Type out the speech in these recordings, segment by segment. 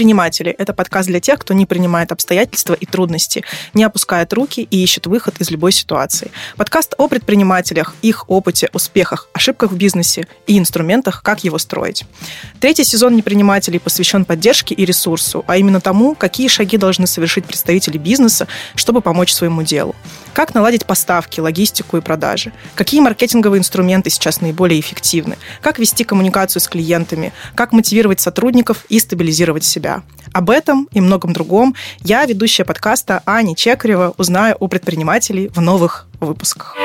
Предприниматели – это подкаст для тех, кто не принимает обстоятельства и трудности, не опускает руки и ищет выход из любой ситуации. Подкаст о предпринимателях, их опыте, успехах, ошибках в бизнесе и инструментах, как его строить. Третий сезон «Непринимателей» посвящен поддержке и ресурсу, а именно тому, какие шаги должны совершить представители бизнеса, чтобы помочь своему делу. Как наладить поставки, логистику и продажи. Какие маркетинговые инструменты сейчас наиболее эффективны. Как вести коммуникацию с клиентами. Как мотивировать сотрудников и стабилизировать себя. Об этом и многом другом я, ведущая подкаста Аня Чекарева, узнаю у предпринимателей в новых выпусках.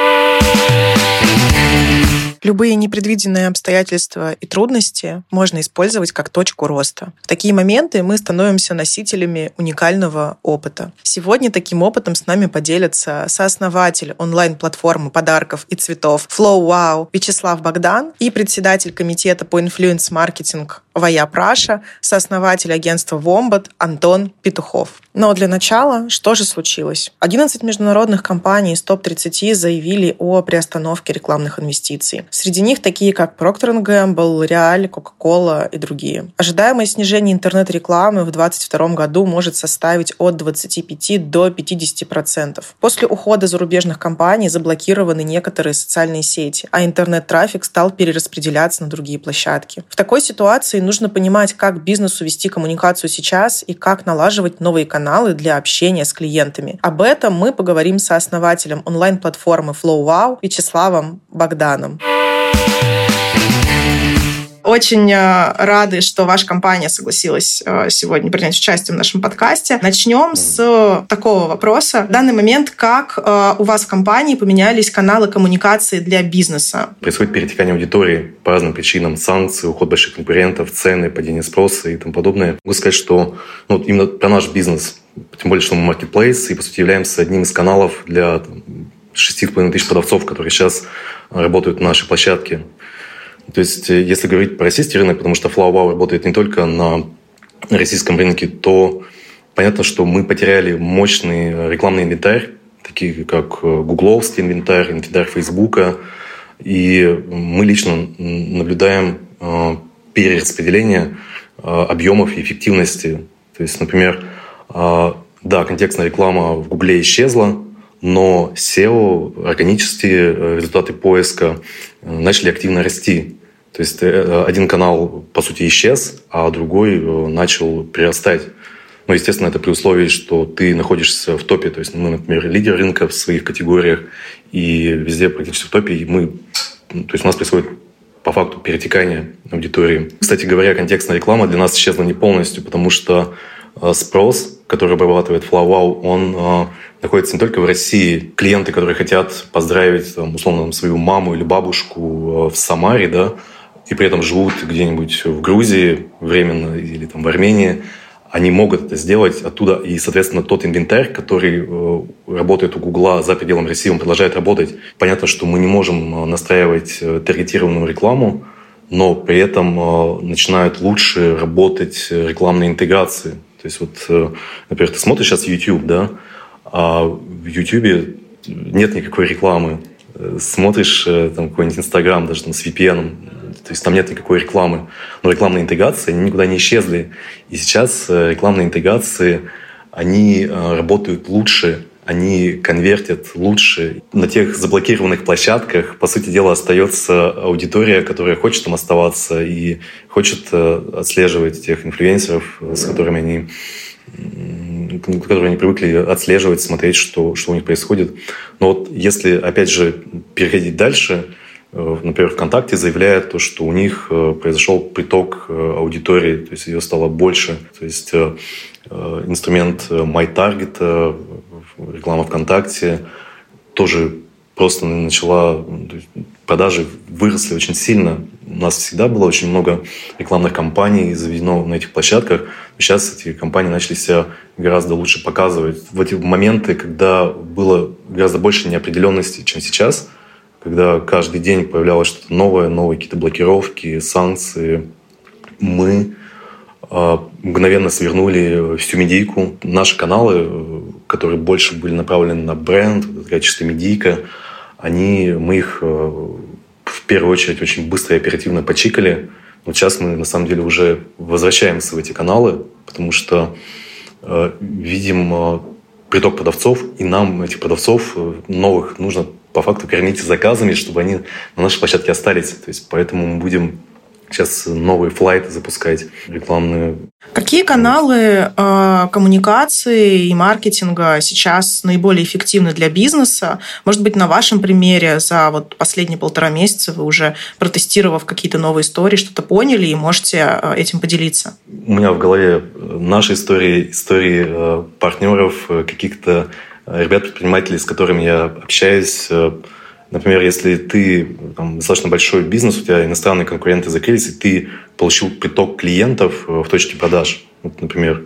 Любые непредвиденные обстоятельства и трудности можно использовать как точку роста. В такие моменты мы становимся носителями уникального опыта. Сегодня таким опытом с нами поделятся сооснователь онлайн-платформы подарков и цветов Flow Wow Вячеслав Богдан и председатель комитета по инфлюенс-маркетинг Вая Праша, сооснователь агентства Wombat Антон Петухов. Но для начала, что же случилось? 11 международных компаний из топ-30 заявили о приостановке рекламных инвестиций. Среди них такие, как Procter & Gamble, L'Oréal, Coca-Cola и другие. Ожидаемое снижение интернет-рекламы в 2022 году может составить от 25 до 50%. После ухода зарубежных компаний заблокированы некоторые социальные сети, а интернет-трафик стал перераспределяться на другие площадки. В такой ситуации нужно понимать, как бизнесу вести коммуникацию сейчас и как налаживать новые каналы для общения с клиентами. Об этом мы поговорим с основателем онлайн-платформы Flow Wow Вячеславом Богданом. Очень рады, что ваша компания согласилась сегодня принять участие в нашем подкасте. Начнем с такого вопроса. В данный момент, как у вас в компании поменялись каналы коммуникации для бизнеса? Происходит перетекание аудитории по разным причинам. Санкции, уход больших конкурентов, цены, падение спроса и тому подобное. Могу сказать, что именно про наш бизнес, тем более, что мы marketplace, и, по сути, являемся одним из каналов для 6,5 тысяч продавцов, которые сейчас работают на нашей площадке. То есть, если говорить про российский рынок, потому что Flow Wow работает не только на российском рынке, то понятно, что мы потеряли мощный рекламный инвентарь, такие как гугловский инвентарь Фейсбука, и мы лично наблюдаем перераспределение объемов и эффективности. То есть, например, да, контекстная реклама в Гугле исчезла, но SEO, органические результаты поиска начали активно расти. То есть один канал, по сути, исчез, а другой начал прирастать. Но, естественно, это при условии, что ты находишься в топе. То есть мы, например, лидер рынка в своих категориях, и везде практически в топе. И то есть у нас происходит по факту перетекание аудитории. Кстати говоря, контекстная реклама для нас исчезла не полностью, потому что спрос, который обрабатывает Flow Wow, он находится не только в России. Клиенты, которые хотят поздравить, условно, свою маму или бабушку в Самаре, да, и при этом живут где-нибудь в Грузии временно или в Армении, они могут это сделать оттуда. И, соответственно, тот инвентарь, который работает у Гугла за пределами России, он продолжает работать. Понятно, что мы не можем настраивать таргетированную рекламу, но при этом начинают лучше работать рекламные интеграции. То есть например, ты смотришь сейчас YouTube, да, а в YouTube нет никакой рекламы. Смотришь какой-нибудь Instagram, даже с VPN, то есть там нет никакой рекламы. Но рекламные интеграции, они никуда не исчезли. И сейчас рекламные интеграции, они работают лучше, они конвертят лучше. На тех заблокированных площадках, по сути дела, остается аудитория, которая хочет там оставаться и хочет отслеживать тех инфлюенсеров, с которые они привыкли отслеживать, смотреть, что у них происходит. Но если, опять же, переходить дальше, например, ВКонтакте заявляет, что у них произошел приток аудитории, то есть ее стало больше. То есть инструмент MyTarget, реклама ВКонтакте, тоже просто начала... Продажи выросли очень сильно. У нас всегда было очень много рекламных кампаний заведено на этих площадках. Сейчас эти компании начали себя гораздо лучше показывать. В эти моменты, когда было гораздо больше неопределенности, чем сейчас, когда каждый день появлялось что-то новые какие-то блокировки, санкции, мы мгновенно свернули всю медийку. Наши каналы, которые больше были направлены на бренд, такая чистая медийка, мы их в первую очередь очень быстро и оперативно почикали. Вот сейчас мы, на самом деле, уже возвращаемся в эти каналы, потому что видим приток продавцов, и нам этих продавцов новых нужно по факту кормить заказами, чтобы они на нашей площадке остались. То есть поэтому мы будем сейчас новые флайты запускать, рекламные. Какие каналы коммуникации и маркетинга сейчас наиболее эффективны для бизнеса? Может быть, на вашем примере за вот последние 1,5 месяца вы уже, протестировав какие-то новые истории, что-то поняли и можете этим поделиться? У меня в голове наши истории партнеров, каких-то ребят-предпринимателей, с которыми я общаюсь. Например, если ты достаточно большой бизнес, у тебя иностранные конкуренты закрылись, и ты получил приток клиентов в точке продаж, вот, например,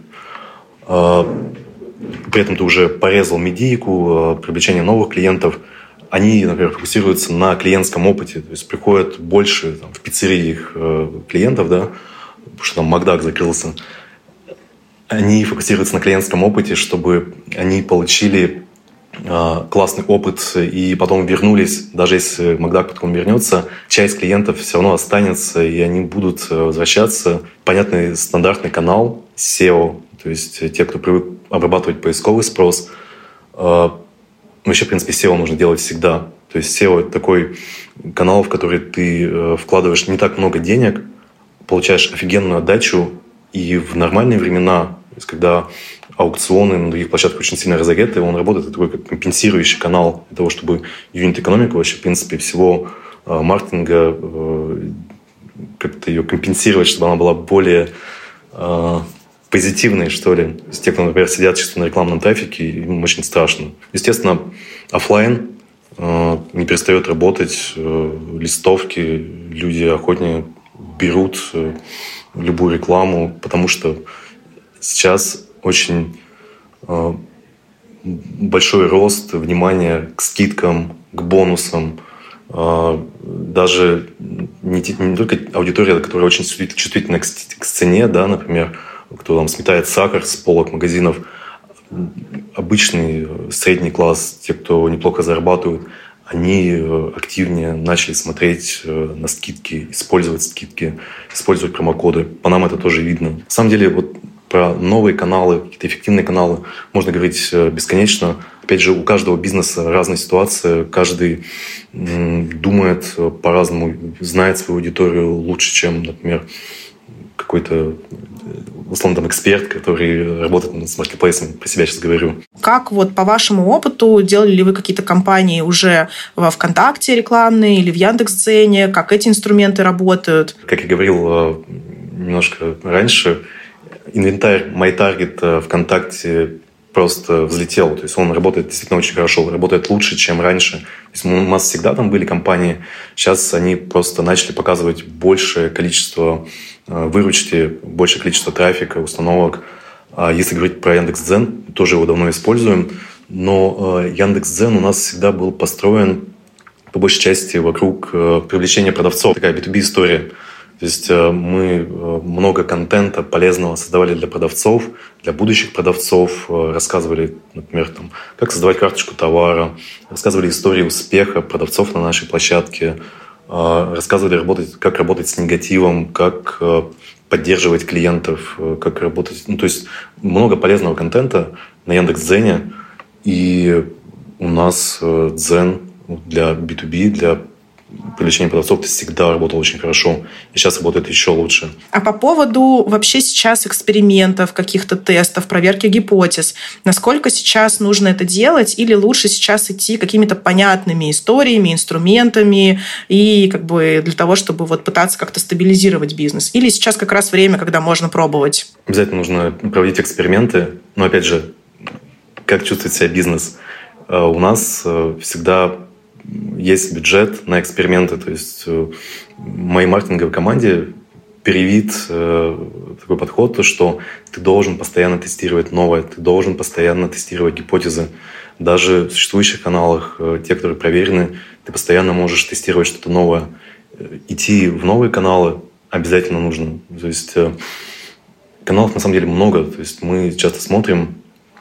при этом ты уже порезал медийку, привлечение новых клиентов, они, например, фокусируются на клиентском опыте, то есть приходят больше в пиццерии их клиентов, да, потому что там Макдак закрылся, они фокусируются на клиентском опыте, чтобы они получили классный опыт и потом вернулись, даже если Макдак потом вернется, часть клиентов все равно останется, и они будут возвращаться. Понятный стандартный канал SEO, то есть те, кто привык обрабатывать поисковый спрос. Вообще, в принципе, SEO нужно делать всегда. То есть SEO – это такой канал, в который ты вкладываешь не так много денег, получаешь офигенную отдачу, и в нормальные времена, то есть когда аукционы на других площадках очень сильно разогреты, он работает такой как компенсирующий канал для того, чтобы юнит-экономику вообще, в принципе, всего маркетинга как-то ее компенсировать, чтобы она была более позитивной, что ли. То есть те, кто, например, сидят чисто на рекламном трафике, им очень страшно. Естественно, офлайн не перестает работать, листовки, люди охотнее берут любую рекламу, потому что сейчас очень большой рост внимания к скидкам, к бонусам. Даже не только аудитория, которая очень чувствительна к цене, да, например, кто там сметает сахар с полок магазинов, обычный средний класс, те, кто неплохо зарабатывают, они активнее начали смотреть на скидки, использовать промокоды. По нам это тоже видно. На самом деле, вот про новые каналы, какие-то эффективные каналы можно говорить бесконечно. Опять же, у каждого бизнеса разная ситуация, каждый думает по-разному, знает свою аудиторию лучше, чем, например, какой-то, условно, там, эксперт, который работает с маркетплейсами, про себя сейчас говорю. Как вот по вашему опыту, делали ли вы какие-то кампании уже во ВКонтакте рекламные или в Яндекс.Дзене? Как эти инструменты работают? Как я говорил немножко раньше, инвентарь MyTarget ВКонтакте просто взлетел. То есть он работает действительно очень хорошо, работает лучше, чем раньше. То есть у нас всегда там были компании, сейчас они просто начали показывать большее количество выручки, большее количество трафика, установок. Если говорить про Яндекс.Дзен, тоже его давно используем, но Яндекс.Дзен у нас всегда был построен по большей части вокруг привлечения продавцов. Такая B2B история. То есть мы много контента полезного создавали для продавцов, для будущих продавцов, рассказывали, например, там, как создавать карточку товара, рассказывали истории успеха продавцов на нашей площадке, рассказывали, как работать с негативом, как поддерживать клиентов, как работать. Ну, то есть много полезного контента на Яндекс.Дзене, и у нас Дзен для B2B, для привлечение продавцов всегда работал очень хорошо. И сейчас работает еще лучше. А по поводу вообще сейчас экспериментов, каких-то тестов, проверки гипотез, насколько сейчас нужно это делать, или лучше сейчас идти какими-то понятными историями, инструментами и как бы для того, чтобы вот пытаться как-то стабилизировать бизнес? Или сейчас как раз время, когда можно пробовать? Обязательно нужно проводить эксперименты. Но опять же, как чувствует себя бизнес? У нас всегда есть бюджет на эксперименты. То есть в моей маркетинговой команде привит такой подход, что ты должен постоянно тестировать новое, ты должен постоянно тестировать гипотезы. Даже в существующих каналах, те, которые проверены, ты постоянно можешь тестировать что-то новое. Идти в новые каналы обязательно нужно. То есть каналов на самом деле много. То есть мы часто смотрим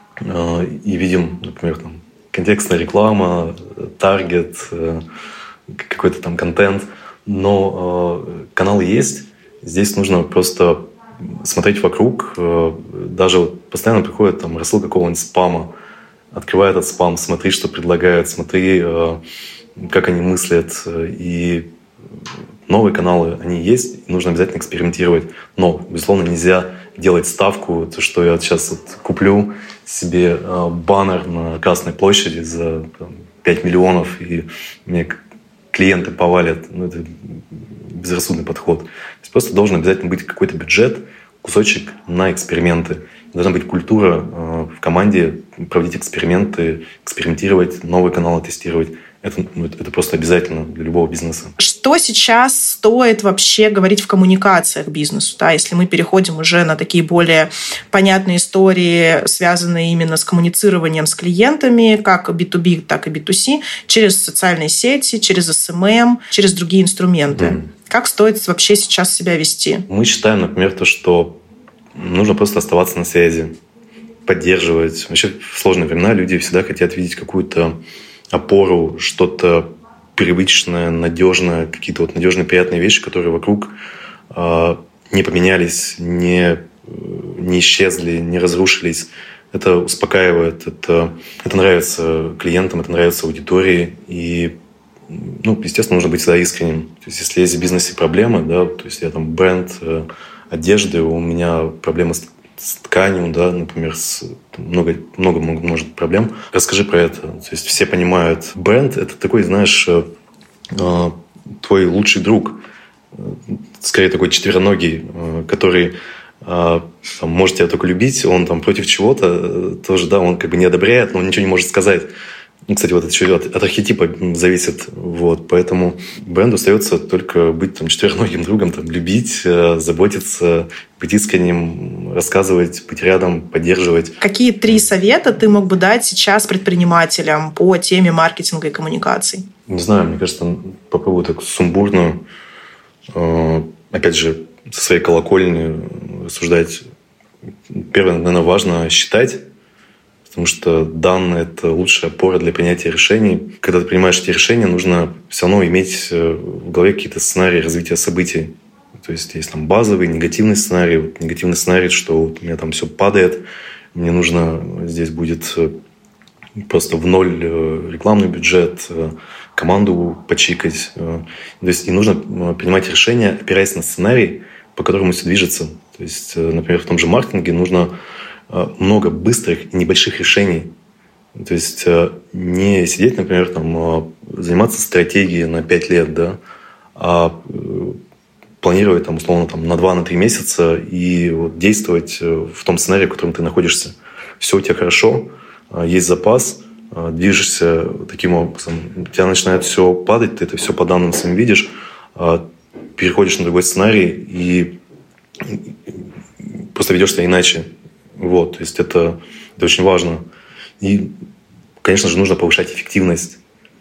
и видим, например, там, контекстная реклама, таргет, какой-то там контент. Но каналы есть, Здесь нужно просто смотреть вокруг. Даже постоянно приходит там рассыл какого-нибудь спама. Открывай этот спам, смотри, что предлагают, смотри, как они мыслят. И новые каналы, они есть, и нужно обязательно экспериментировать. Но, безусловно, нельзя делать ставку, то, что я сейчас куплю себе баннер на Красной площади за 5 миллионов, и мне клиенты повалят. Это безрассудный подход. То есть просто должен обязательно быть какой-то бюджет, кусочек на эксперименты. Должна быть культура в команде проводить эксперименты, экспериментировать, новые каналы тестировать. Это просто обязательно для любого бизнеса. Что сейчас стоит вообще говорить в коммуникациях бизнесу? Да, если мы переходим уже на такие более понятные истории, связанные именно с коммуницированием с клиентами, как B2B, так и B2C, через социальные сети, через SMM, через другие инструменты. Как стоит вообще сейчас себя вести? Мы считаем, например, то, что нужно просто оставаться на связи, поддерживать. Вообще в сложные времена люди всегда хотят видеть какую-то опору, что-то привычное, надежное, какие-то вот надежные, приятные вещи, которые вокруг не поменялись, не исчезли, не разрушились. Это успокаивает, это нравится клиентам, это нравится аудитории. И, естественно, нужно быть всегда искренним. То есть, если есть в бизнесе проблемы, да, то есть я там бренд одежды, у меня проблемы с тканью, да, например, много может проблем. Расскажи про это. То есть все понимают, бренд — это такой, знаешь, твой лучший друг, скорее такой четвероногий, который может тебя только любить, он там против чего-то тоже, да, он как бы не одобряет, но он ничего не может сказать. Кстати, вот это еще от архетипа зависит. Вот. Поэтому бренду остается только быть там четвероногим другом, там, любить, заботиться, быть искренним, рассказывать, быть рядом, поддерживать. Какие 3 совета ты мог бы дать сейчас предпринимателям по теме маркетинга и коммуникаций? Не знаю, мне кажется, попробую так сумбурно, опять же, со своей колокольни рассуждать. Первое, наверное, важно считать, потому что данные — это лучшая опора для принятия решений. Когда ты принимаешь эти решения, нужно все равно иметь в голове какие-то сценарии развития событий. То есть есть там базовый, негативный сценарий. Вот негативный сценарий, что у меня там все падает, мне нужно здесь будет просто в ноль рекламный бюджет, команду почикать. То есть и нужно принимать решения, опираясь на сценарий, по которому все движется. То есть, например, в том же маркетинге нужно много быстрых и небольших решений. То есть не сидеть, например, там, заниматься стратегией на 5 лет, да, а планировать там, условно там, на 2-3 месяца и вот, действовать в том сценарии, в котором ты находишься. Все у тебя хорошо, есть запас, движешься таким образом. У тебя начинает все падать, ты это все по данным своим видишь, переходишь на другой сценарий и просто ведешь себя иначе. Вот, то есть это очень важно. И, конечно же, нужно повышать эффективность.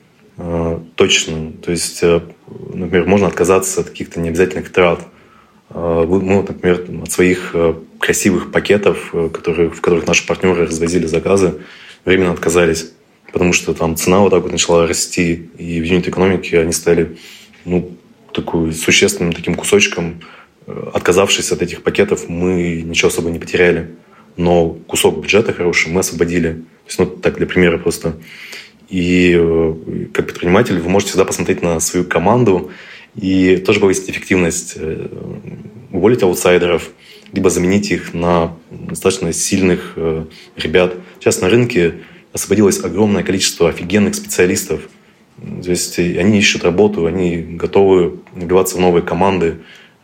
Точно. То есть, например, можно отказаться от каких-то необязательных трат. Мы, например, от своих красивых пакетов, в которых наши партнеры развозили заказы, временно отказались. Потому что там цена вот так вот начала расти, и в юнит-экономике они стали такой существенным таким кусочком. Отказавшись от этих пакетов, мы ничего особо не потеряли. Но кусок бюджета хороший мы освободили. То есть, так для примера просто. И как предприниматель вы можете всегда посмотреть на свою команду и тоже повысить эффективность, уволить аутсайдеров, либо заменить их на достаточно сильных ребят. Сейчас на рынке освободилось огромное количество офигенных специалистов. То есть они ищут работу, они готовы вливаться в новые команды,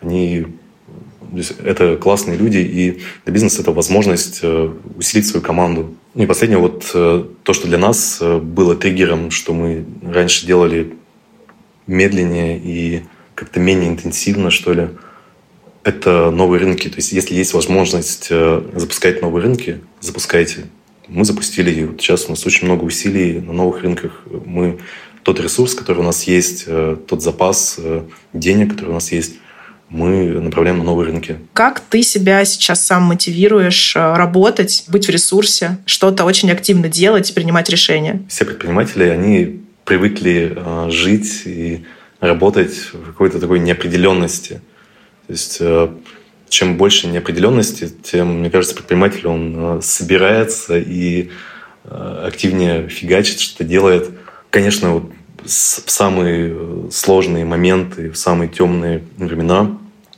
это классные люди, и для бизнеса это возможность усилить свою команду. И последнее, вот то, что для нас было триггером, что мы раньше делали медленнее и как-то менее интенсивно, что ли, это новые рынки. То есть если есть возможность запускать новые рынки, запускайте. Мы запустили, и вот сейчас у нас очень много усилий на новых рынках. Мы тот ресурс, который у нас есть, тот запас денег, который у нас есть, мы направляем на новые рынки. Как ты себя сейчас сам мотивируешь работать, быть в ресурсе, что-то очень активно делать, принимать решения? Все предприниматели, они привыкли жить и работать в какой-то такой неопределенности. То То есть чем больше неопределенности, тем, мне кажется, предприниматель, он собирается и активнее фигачит, что-то делает. Конечно, вот в самые сложные моменты, в самые темные времена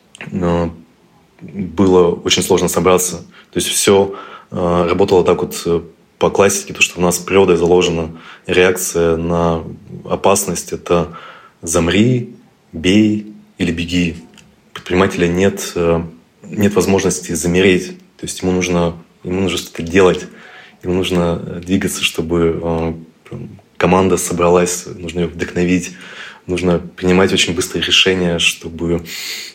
было очень сложно собраться. То есть все работало так вот по классике, то, что у нас природой заложена реакция на опасность. Это замри, бей или беги. У предпринимателя нет возможности замереть. То есть ему нужно что-то делать, ему нужно двигаться, чтобы команда собралась, нужно ее вдохновить, нужно принимать очень быстрые решения, чтобы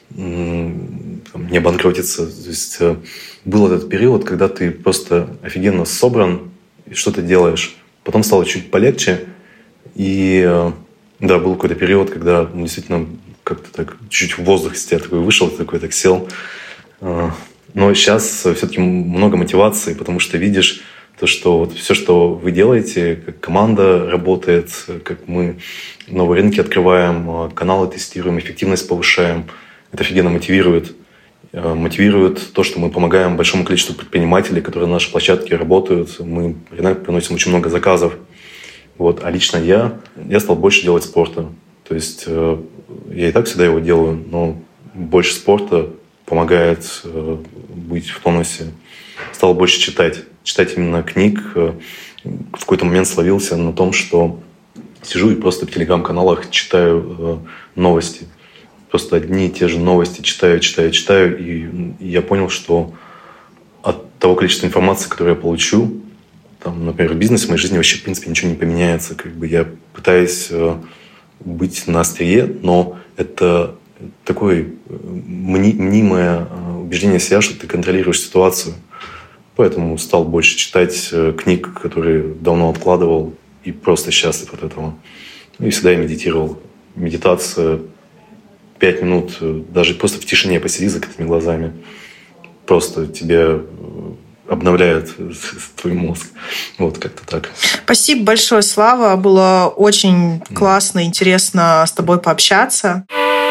не обанкротиться. То есть был этот период, когда ты просто офигенно собран и что-то делаешь. Потом стало чуть полегче. И да, был какой-то период, когда действительно как-то так чуть-чуть в воздух из тебя такой вышел, такой так сел. Но сейчас все-таки много мотивации, потому что видишь то, что вот все, что вы делаете, как команда работает, как мы новые рынки открываем, каналы тестируем, эффективность повышаем, это офигенно мотивирует. Мотивирует то, что мы помогаем большому количеству предпринимателей, которые на нашей площадке работают. Мы приносим очень много заказов. Вот. А лично я стал больше делать спорта. То есть я и так всегда его делаю, но больше спорта помогает быть в тонусе. Стал больше читать именно книг. В какой-то момент словился на том, что сижу и просто в телеграм-каналах читаю новости. Просто одни и те же новости читаю. И я понял, что от того количества информации, которую я получу, там, например, в бизнесе, в моей жизни вообще, в принципе, ничего не поменяется. Как бы я пытаюсь быть на острие, но это такое мнимое убеждение себя, что ты контролируешь ситуацию. Поэтому стал больше читать книг, которые давно откладывал, и просто счастлив от этого. И всегда я медитировал. Медитация 5 минут, даже просто в тишине посиди с закрытыми глазами. Просто тебя обновляет твой мозг. Вот как-то так. Спасибо большое, Слава. Было очень классно, интересно с тобой пообщаться.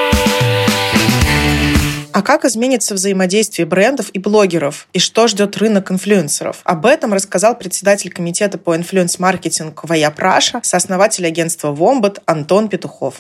А как изменится взаимодействие брендов и блогеров? И что ждет рынок инфлюенсеров? Об этом рассказал председатель комитета по инфлюенс-маркетингу ВАЯП Раша, сооснователь агентства Wombat Антон Петухов.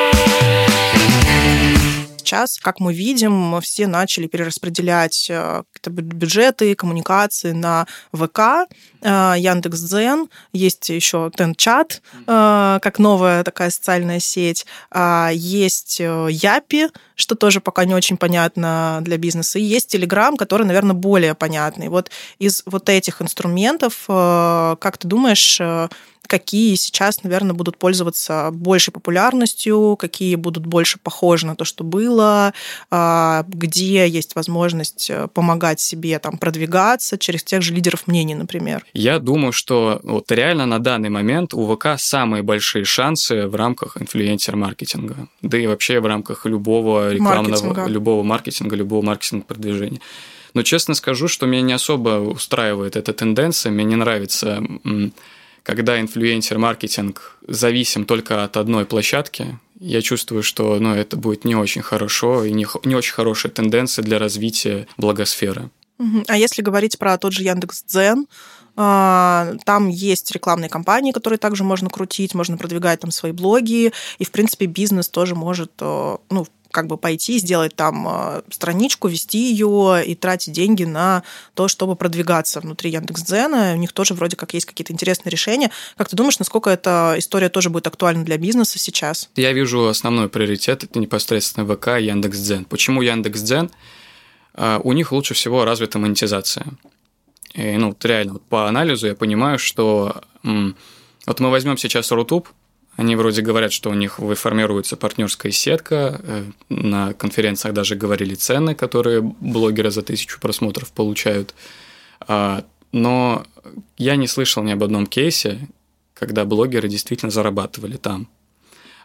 Сейчас, как мы видим, все начали перераспределять бюджеты, коммуникации на ВК, Яндекс.Дзен, есть еще Тенчат, как новая такая социальная сеть, есть Япи, что тоже пока не очень понятно для бизнеса, и есть Телеграм, который, наверное, более понятный. Вот из вот этих инструментов, как ты думаешь, какие сейчас, наверное, будут пользоваться большей популярностью, какие будут больше похожи на то, что было, где есть возможность помогать себе там, продвигаться через тех же лидеров мнений, например? Я думаю, что вот реально на данный момент у ВК самые большие шансы в рамках инфлюенсер-маркетинга, да и вообще в рамках любого рекламного, любого маркетинг-продвижения. Но честно скажу, что меня не особо устраивает эта тенденция, мне не нравится, когда инфлюенсер-маркетинг зависим только от одной площадки. Я чувствую, что это будет не очень хорошо и не очень хорошая тенденция для развития блогосферы. А если говорить про тот же Яндекс.Дзен, там есть рекламные кампании, которые также можно крутить, можно продвигать там свои блоги, и, в принципе, бизнес тоже может, пойти, сделать там страничку, вести ее и тратить деньги на то, чтобы продвигаться внутри Яндекс.Дзена. У них тоже вроде как есть какие-то интересные решения. Как ты думаешь, насколько эта история тоже будет актуальна для бизнеса сейчас? Я вижу основной приоритет – это непосредственно ВК и Яндекс.Дзен. Почему Яндекс.Дзен? У них лучше всего развита монетизация. И, реально, по анализу я понимаю, что мы возьмем сейчас Рутуб, они вроде говорят, что у них формируется партнерская сетка, на конференциях даже говорили цены, которые блогеры за 1000 просмотров получают, но я не слышал ни об одном кейсе, когда блогеры действительно зарабатывали там.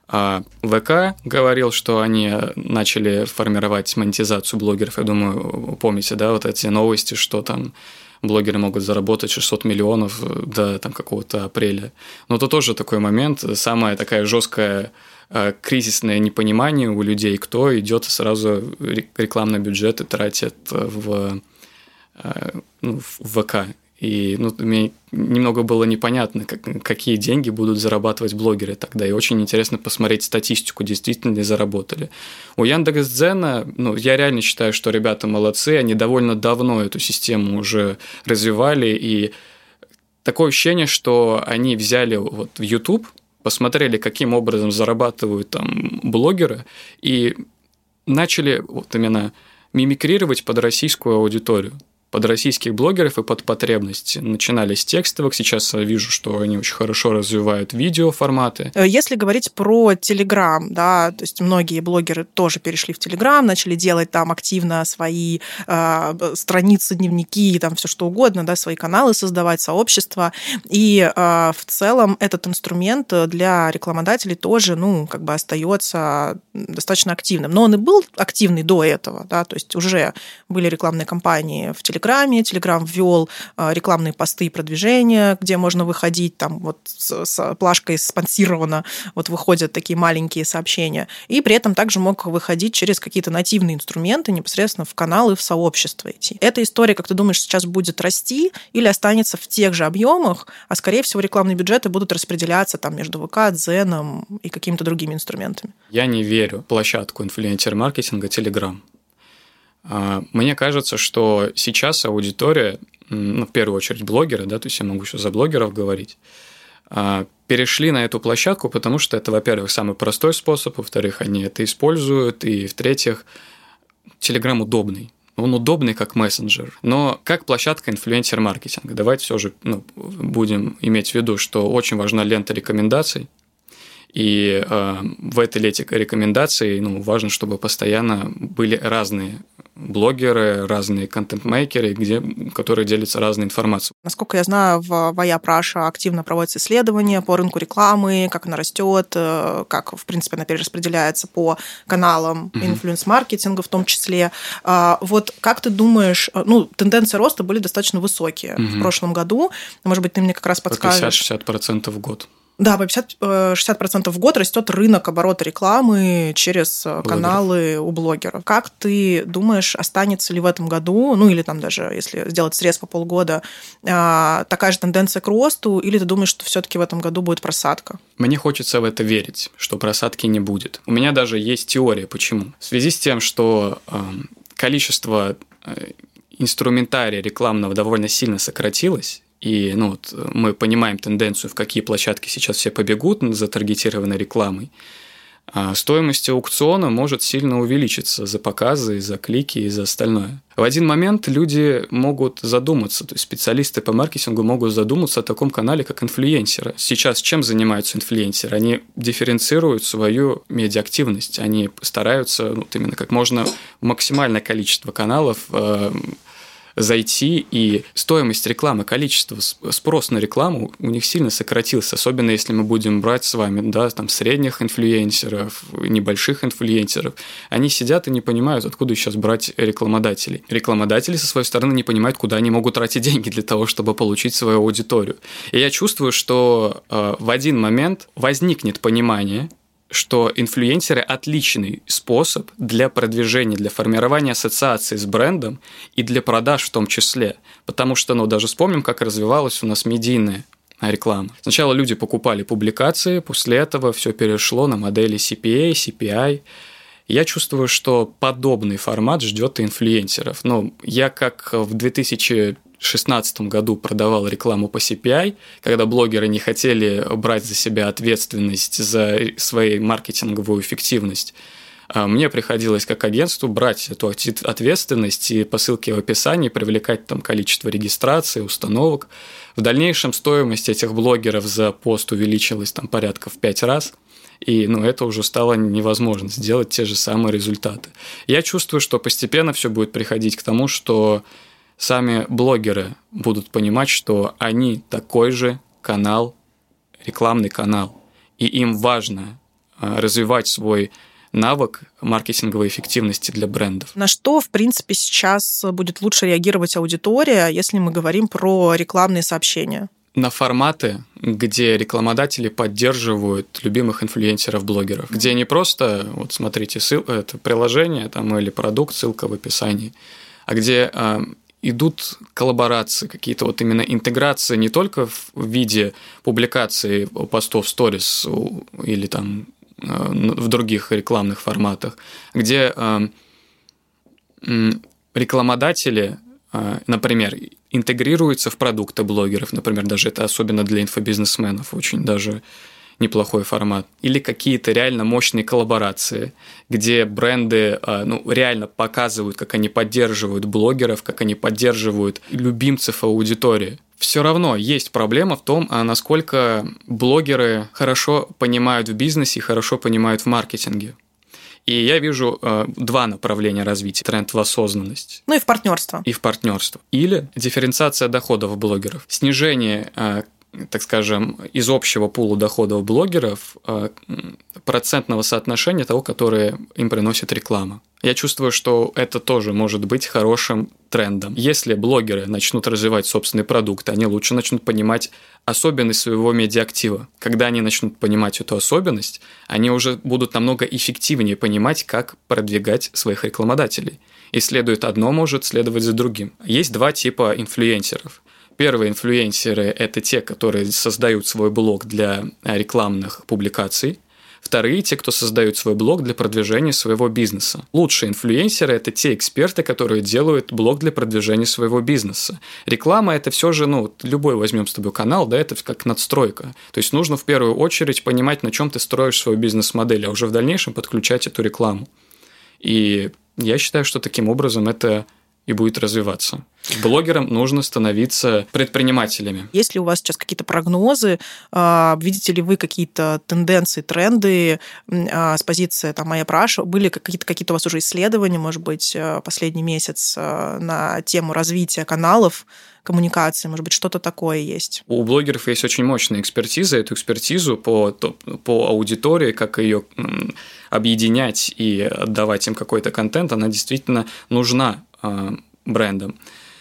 А ВК говорил, что они начали формировать монетизацию блогеров. Я думаю, помните, да, вот эти новости, что там блогеры могут заработать 600 миллионов до там, какого-то апреля. Но это тоже такой момент, самая такая жесткая кризисное непонимание у людей, кто идет и сразу рекламные бюджеты тратит в ВК. И мне немного было непонятно, какие деньги будут зарабатывать блогеры тогда. И очень интересно посмотреть статистику, действительно ли заработали. У Яндекс.Дзена, я реально считаю, что ребята молодцы, они довольно давно эту систему уже развивали. И такое ощущение, что они взяли вот в YouTube, посмотрели, каким образом зарабатывают там блогеры, и начали вот именно мимикрировать под российскую аудиторию, под российских блогеров и под потребности. Начинали с текстовых, сейчас я вижу, что они очень хорошо развивают видеоформаты. Если говорить про Telegram, да, то есть многие блогеры тоже перешли в Telegram, начали делать там активно свои страницы, дневники, там все что угодно, да, свои каналы создавать, сообщества. И в целом этот инструмент для рекламодателей тоже, остается достаточно активным. Но он и был активный до этого, да, то есть уже были рекламные кампании в Телеграме, Телеграм ввел рекламные посты и продвижения, где можно выходить, там вот с плашкой спонсировано, вот выходят такие маленькие сообщения. И при этом также мог выходить через какие-то нативные инструменты непосредственно в каналы, в сообщество идти. Эта история, как ты думаешь, сейчас будет расти или останется в тех же объемах, а скорее всего рекламные бюджеты будут распределяться там между ВК, Дзеном и какими-то другими инструментами? Я не верю в площадку инфлюенсер-маркетинга Telegram. Мне кажется, что сейчас аудитория, в первую очередь блогеры, да, то есть я могу еще за блогеров говорить, перешли на эту площадку, потому что это, во-первых, самый простой способ, во-вторых, они это используют, и, в-третьих, Telegram удобный. Он удобный как мессенджер, но как площадка инфлюенсер-маркетинга. Давайте все же будем иметь в виду, что очень важна лента рекомендаций, и в этой ленте рекомендаций важно, чтобы постоянно были разные блогеры, разные контент-мейкеры, которые делятся разной информацией. Насколько я знаю, в Ваяпраша активно проводятся исследования по рынку рекламы, как она растет, как, в принципе, она перераспределяется по каналам инфлюенс-маркетинга в том числе. Вот как ты думаешь, тенденции роста были достаточно высокие в прошлом году. Может быть, ты мне как раз подскажешь. 50-60% в год. Да, по 60% в год растет рынок оборота рекламы через каналы у блогеров. Как ты думаешь, останется ли в этом году, или там даже если сделать срез по полгода, такая же тенденция к росту, или ты думаешь, что все-таки в этом году будет просадка? Мне хочется в это верить, что просадки не будет. У меня даже есть теория, почему. В связи с тем, что количество инструментария рекламного довольно сильно сократилось, и мы понимаем тенденцию, в какие площадки сейчас все побегут за таргетированной рекламой, стоимость аукциона может сильно увеличиться за показы, за клики и за остальное. В один момент люди могут задуматься, то есть специалисты по маркетингу могут задуматься о таком канале, как инфлюенсеры. Сейчас чем занимаются инфлюенсеры? Они дифференцируют свою медиа-активность, они стараются именно как можно максимальное количество каналов зайти, и стоимость рекламы, количество, спрос на рекламу у них сильно сократился, особенно если мы будем брать с вами, да, там, средних инфлюенсеров, небольших инфлюенсеров. Они сидят и не понимают, откуда сейчас брать рекламодателей. Рекламодатели со своей стороны не понимают, куда они могут тратить деньги для того, чтобы получить свою аудиторию. И я чувствую, что в один момент возникнет понимание, что инфлюенсеры – отличный способ для продвижения, для формирования ассоциации с брендом и для продаж в том числе. Потому что, даже вспомним, как развивалась у нас медийная реклама. Сначала люди покупали публикации, после этого все перешло на модели CPA, CPI. Я чувствую, что подобный формат ждет и инфлюенсеров. Я как в 2016 году продавал рекламу по CPI, когда блогеры не хотели брать за себя ответственность за свою маркетинговую эффективность. Мне приходилось как агентству брать эту ответственность и по ссылке в описании привлекать там количество регистраций, установок. В дальнейшем стоимость этих блогеров за пост увеличилась там порядка в 5 раз. И это уже стало невозможно сделать те же самые результаты. Я чувствую, что постепенно все будет приходить к тому, что сами блогеры будут понимать, что они такой же канал, рекламный канал, и им важно развивать свой навык маркетинговой эффективности для брендов. На что, в принципе, сейчас будет лучше реагировать аудитория, если мы говорим про рекламные сообщения? На форматы, где рекламодатели поддерживают любимых инфлюенсеров-блогеров, где не просто, вот смотрите, это приложение там, или продукт, ссылка в описании, а где идут коллаборации, какие-то вот именно интеграции не только в виде публикации постов в сторис или там в других рекламных форматах, где рекламодатели, например, интегрируются в продукты блогеров, например, даже это особенно для инфобизнесменов очень даже неплохой формат, или какие-то реально мощные коллаборации, где бренды реально показывают, как они поддерживают блогеров, как они поддерживают любимцев аудитории. Все равно есть проблема в том, насколько блогеры хорошо понимают в бизнесе и хорошо понимают в маркетинге. И я вижу два направления развития. Тренд в осознанность. И в партнерство. И в партнерство. Или дифференциация доходов блогеров. Снижение, так скажем, из общего пула доходов блогеров процентного соотношения того, которое им приносит реклама. Я чувствую, что это тоже может быть хорошим трендом. Если блогеры начнут развивать собственный продукт, они лучше начнут понимать особенность своего медиаактива. Когда они начнут понимать эту особенность, они уже будут намного эффективнее понимать, как продвигать своих рекламодателей. И следует одно, может следовать за другим. Есть два типа инфлюенсеров. Первые инфлюенсеры – это те, которые создают свой блог для рекламных публикаций. Вторые – те, кто создают свой блог для продвижения своего бизнеса. Лучшие инфлюенсеры – это те эксперты, которые делают блог для продвижения своего бизнеса. Реклама – это все же, любой возьмем с тобой канал, да, это как надстройка. То есть нужно в первую очередь понимать, на чем ты строишь свою бизнес-модель, а уже в дальнейшем подключать эту рекламу. И я считаю, что таким образом это и будет развиваться. Блогерам нужно становиться предпринимателями. Есть ли у вас сейчас какие-то прогнозы? Видите ли вы какие-то тенденции, тренды с позиции «Моя Праша»? Были какие-то у вас уже исследования, может быть, последний месяц на тему развития каналов коммуникации? Может быть, что-то такое есть? У блогеров есть очень мощная экспертиза. Эту экспертизу по аудитории, как ее объединять и отдавать им какой-то контент, она действительно нужна брендам.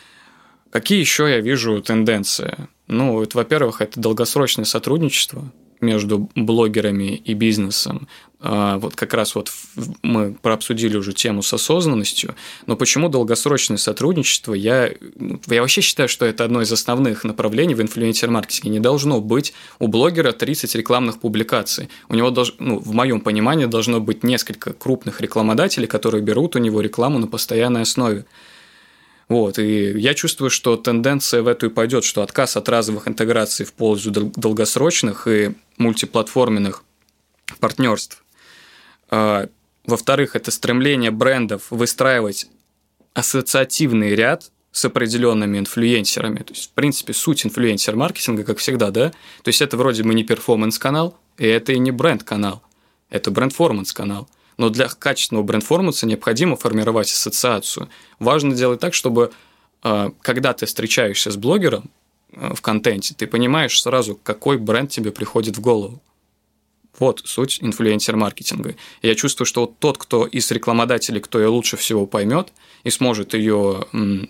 Какие еще я вижу тенденции? Во-первых, это долгосрочное сотрудничество между блогерами и бизнесом. Вот как раз мы прообсудили уже тему с осознанностью, но почему долгосрочное сотрудничество? Я вообще считаю, что это одно из основных направлений в инфлюенсер-маркетинге. Не должно быть у блогера 30 рекламных публикаций. У него, в моем понимании, должно быть несколько крупных рекламодателей, которые берут у него рекламу на постоянной основе. И я чувствую, что тенденция в эту и пойдет, что отказ от разовых интеграций в пользу долгосрочных и мультиплатформенных партнерств. Во-вторых, это стремление брендов выстраивать ассоциативный ряд с определенными инфлюенсерами. То есть, в принципе, суть инфлюенсер-маркетинга, как всегда, да? То есть, это вроде бы не перформанс-канал, и это и не бренд-канал, это бренд-форманс-канал. Но для качественного бренд-форманса необходимо формировать ассоциацию. Важно делать так, чтобы когда ты встречаешься с блогером в контенте, ты понимаешь сразу, какой бренд тебе приходит в голову. Вот суть инфлюенсер-маркетинга. И я чувствую, что тот, кто из рекламодателей, кто ее лучше всего поймет и сможет ее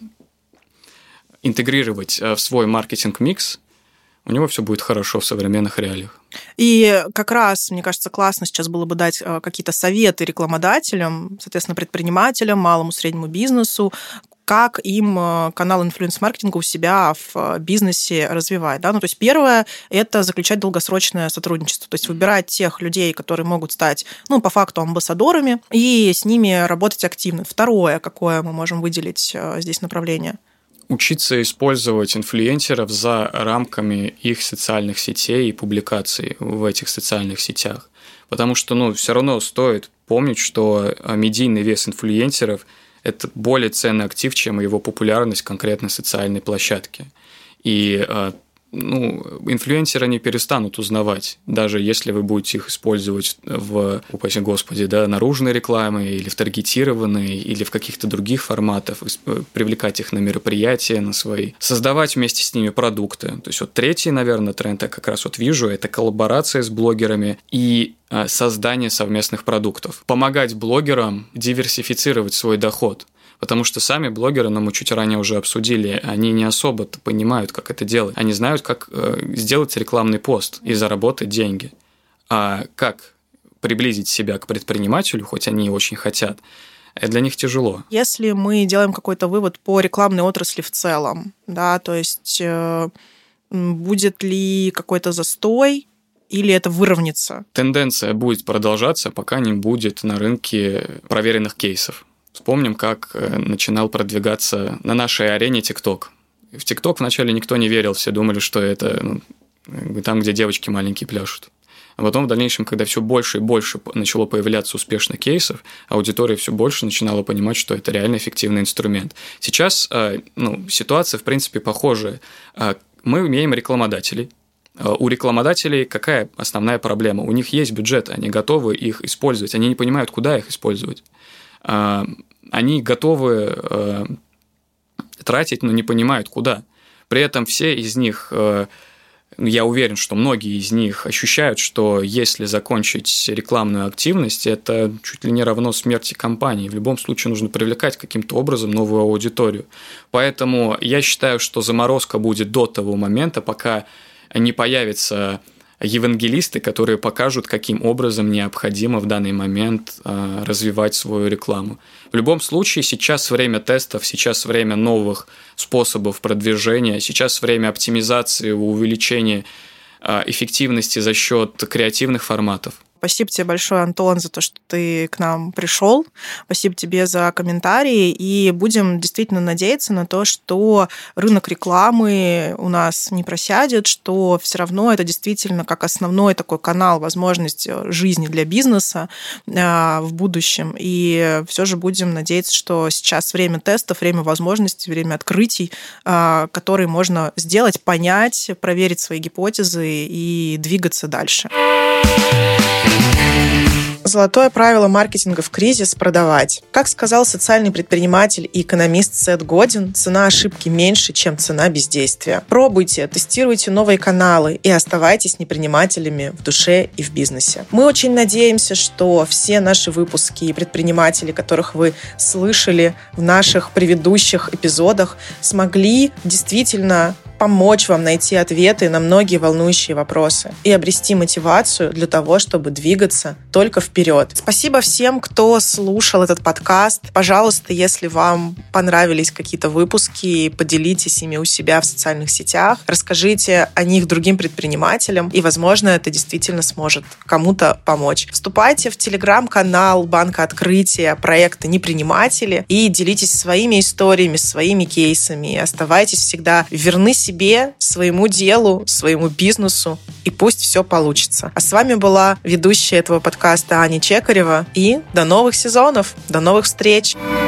интегрировать в свой маркетинг-микс, у него все будет хорошо в современных реалиях. И как раз, мне кажется, классно сейчас было бы дать какие-то советы рекламодателям, соответственно, предпринимателям, малому, среднему бизнесу, как им канал инфлюенс-маркетинга у себя в бизнесе развивать. Да? То есть первое – это заключать долгосрочное сотрудничество, то есть выбирать тех людей, которые могут стать, по факту, амбассадорами, и с ними работать активно. Второе, какое мы можем выделить здесь направление? Учиться использовать инфлюенсеров за рамками их социальных сетей и публикаций в этих социальных сетях. Потому что, все равно стоит помнить, что медийный вес инфлюенсеров – это более ценный актив, чем его популярность конкретной социальной площадки. И инфлюенсеры не перестанут узнавать, даже если вы будете их использовать в, упаси господи, наружной рекламы или в таргетированной, или в каких-то других форматах, привлекать их на мероприятия, на свои, создавать вместе с ними продукты. То есть третий, наверное, тренд я как раз вижу, это коллаборация с блогерами и создание совместных продуктов. Помогать блогерам диверсифицировать свой доход. Потому что сами блогеры, мы чуть ранее уже обсудили, они не особо-то понимают, как это делать. Они знают, как сделать рекламный пост и заработать деньги. А как приблизить себя к предпринимателю, хоть они и очень хотят, это для них тяжело. Если мы делаем какой-то вывод по рекламной отрасли в целом, то есть будет ли какой-то застой, или это выровняется? Тенденция будет продолжаться, пока не будет на рынке проверенных кейсов. Вспомним, как начинал продвигаться на нашей арене TikTok. В TikTok вначале никто не верил, все думали, что это там, где девочки маленькие пляшут. А потом в дальнейшем, когда все больше и больше начало появляться успешных кейсов, аудитория все больше начинала понимать, что это реально эффективный инструмент. Сейчас ситуация, в принципе, похожая. Мы имеем рекламодателей. У рекламодателей какая основная проблема? У них есть бюджет, они готовы их использовать, они не понимают, куда их использовать. Они готовы тратить, но не понимают, куда. При этом все из них, я уверен, что многие из них ощущают, что если закончить рекламную активность, это чуть ли не равно смерти компании. В любом случае нужно привлекать каким-то образом новую аудиторию. Поэтому я считаю, что заморозка будет до того момента, пока не появятся евангелисты, которые покажут, каким образом необходимо в данный момент развивать свою рекламу. В любом случае, сейчас время тестов, сейчас время новых способов продвижения, сейчас время оптимизации, увеличения эффективности за счет креативных форматов. Спасибо тебе большое, Антон, за то, что ты к нам пришел. Спасибо тебе за комментарии. И будем действительно надеяться на то, что рынок рекламы у нас не просядет, что все равно это действительно как основной такой канал возможности жизни для бизнеса в будущем. И все же будем надеяться, что сейчас время тестов, время возможностей, время открытий, которые можно сделать, понять, проверить свои гипотезы и двигаться дальше. Золотое правило маркетинга в кризис – продавать. Как сказал социальный предприниматель и экономист Сет Годин, цена ошибки меньше, чем цена бездействия. Пробуйте, тестируйте новые каналы и оставайтесь непринимателями в душе и в бизнесе. Мы очень надеемся, что все наши выпуски и предприниматели, которых вы слышали в наших предыдущих эпизодах, смогли действительно помочь вам найти ответы на многие волнующие вопросы и обрести мотивацию для того, чтобы двигаться только вперед. Спасибо всем, кто слушал этот подкаст. Пожалуйста, если вам понравились какие-то выпуски, поделитесь ими у себя в социальных сетях, расскажите о них другим предпринимателям, и, возможно, это действительно сможет кому-то помочь. Вступайте в телеграм-канал Банка Открытия проекта «Неприниматели» и делитесь своими историями, своими кейсами. Оставайтесь всегда верны себе, своему делу, своему бизнесу, и пусть все получится. А с вами была ведущая этого подкаста Аня Чекарева, и до новых сезонов, до новых встреч!